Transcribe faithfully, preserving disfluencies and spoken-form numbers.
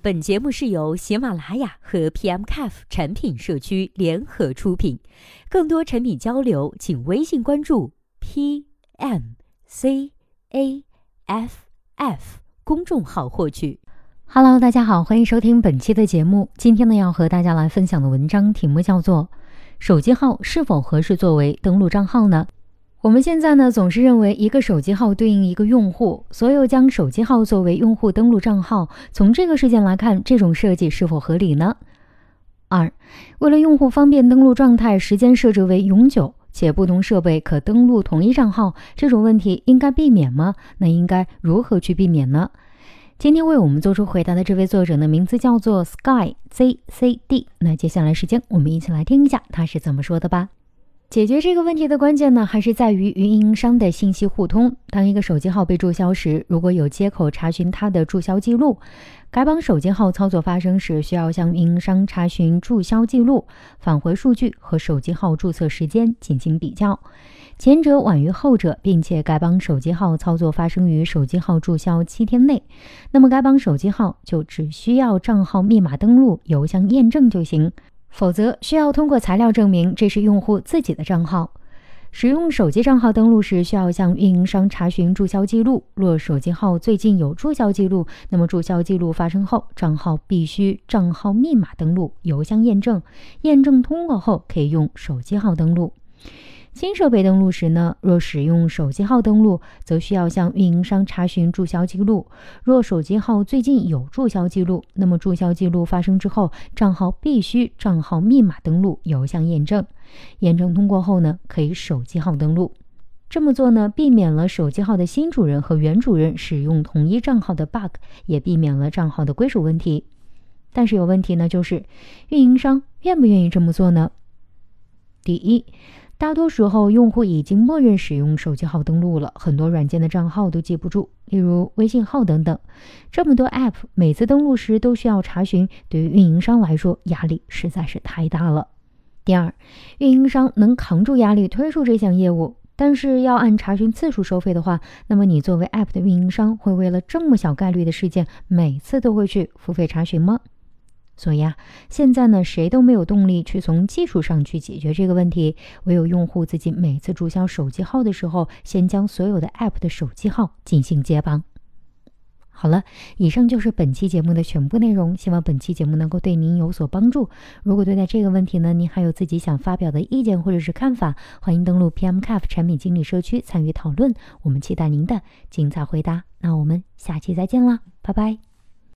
本节目是由喜马拉雅和 P M C A F 产品社区联合出品，更多产品交流，请微信关注 P M C A F F 公众号获取。Hello， 大家好，欢迎收听本期的节目。今天呢，要和大家来分享的文章题目叫做“手机号是否合适作为登录账号呢？”我们现在呢，总是认为一个手机号对应一个用户，所有将手机号作为用户登录账号，从这个事件来看，这种设计是否合理呢？二，为了用户方便登录状态时间设置为永久，且不同设备可登录同一账号，这种问题应该避免吗？那应该如何去避免呢？今天为我们做出回答的这位作者的名字叫做 Sky Z C D， 那接下来时间我们一起来听一下他是怎么说的吧。解决这个问题的关键呢，还是在于运营商的信息互通。当一个手机号被注销时，如果有接口查询它的注销记录，该帮手机号操作发生时，需要向运营商查询注销记录，返回数据和手机号注册时间进行比较。前者晚于后者，并且该帮手机号操作发生于手机号注销七天内，那么该帮手机号就只需要账号密码登录、邮箱验证就行。否则需要通过材料证明这是用户自己的账号。使用手机账号登录时，需要向运营商查询注销记录。若手机号最近有注销记录，那么注销记录发生后，账号必须账号密码登录、邮箱验证，验证通过后可以用手机号登录。新设备登录时呢，若使用手机号登录，则需要向运营商查询注销记录。若手机号最近有注销记录，那么注销记录发生之后，账号必须账号密码登录、邮箱验证，验证通过后呢，可以手机号登录。这么做呢，避免了手机号的新主人和原主人使用同一账号的 bug， 也避免了账号的归属问题。但是有问题呢，就是运营商愿不愿意这么做呢？第一，大多时候用户已经默认使用手机号登录了，很多软件的账号都记不住，例如微信号等等。这么多 App 每次登录时都需要查询，对于运营商来说压力实在是太大了。第二，运营商能扛住压力推出这项业务，但是要按查询次数收费的话，那么你作为 App 的运营商会为了这么小概率的事件每次都会去付费查询吗？所以啊，现在呢，谁都没有动力去从技术上去解决这个问题，唯有用户自己每次注销手机号的时候，先将所有的 App 的手机号进行解绑。好了，以上就是本期节目的全部内容，希望本期节目能够对您有所帮助。如果对待这个问题呢，您还有自己想发表的意见或者是看法，欢迎登录 P M C A F 产品经理社区参与讨论，我们期待您的精彩回答。那我们下期再见啦，拜拜。